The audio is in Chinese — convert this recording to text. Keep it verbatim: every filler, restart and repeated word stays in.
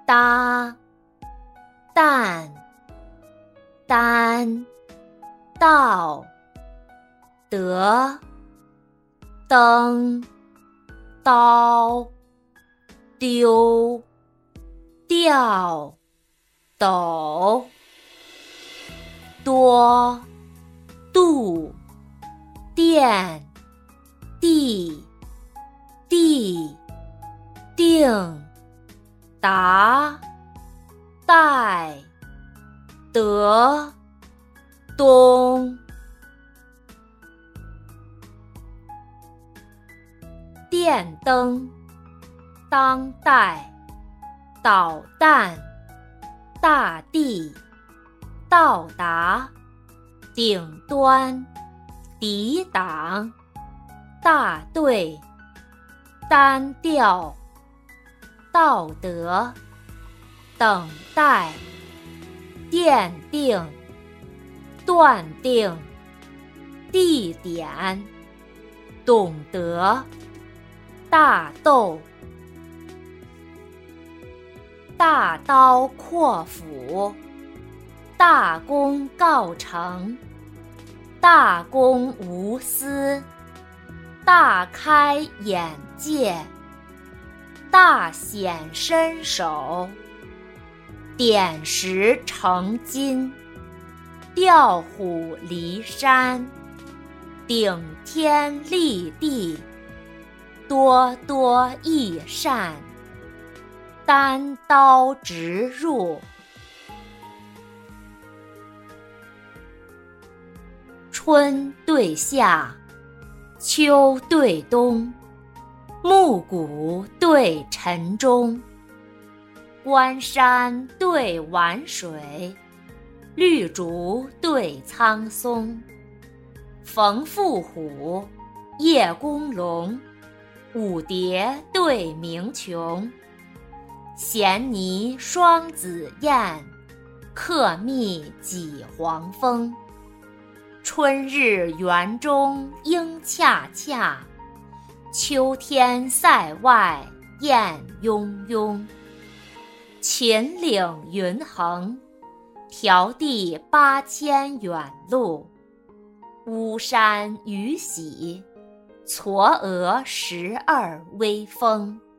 搭担担道得登刀丢掉斗多度电地地定达带得东电灯当代导弹大地到达顶端抵挡大队单调道德等待奠定断定地点懂得大斗大刀阔斧大功告成大公无私大开眼界大显身手点石成金调虎离山顶天立地多多益善单刀直入春对夏秋对冬暮鼓对晨钟关山对晚水绿竹对苍松冯富虎叶公龙舞蝶对鸣琼衔泥双紫燕客蜜几黄蜂春日园中莺恰恰秋天塞外雁雍雍秦岭云横迢递八千远路巫山雨洗嵯峨十二微风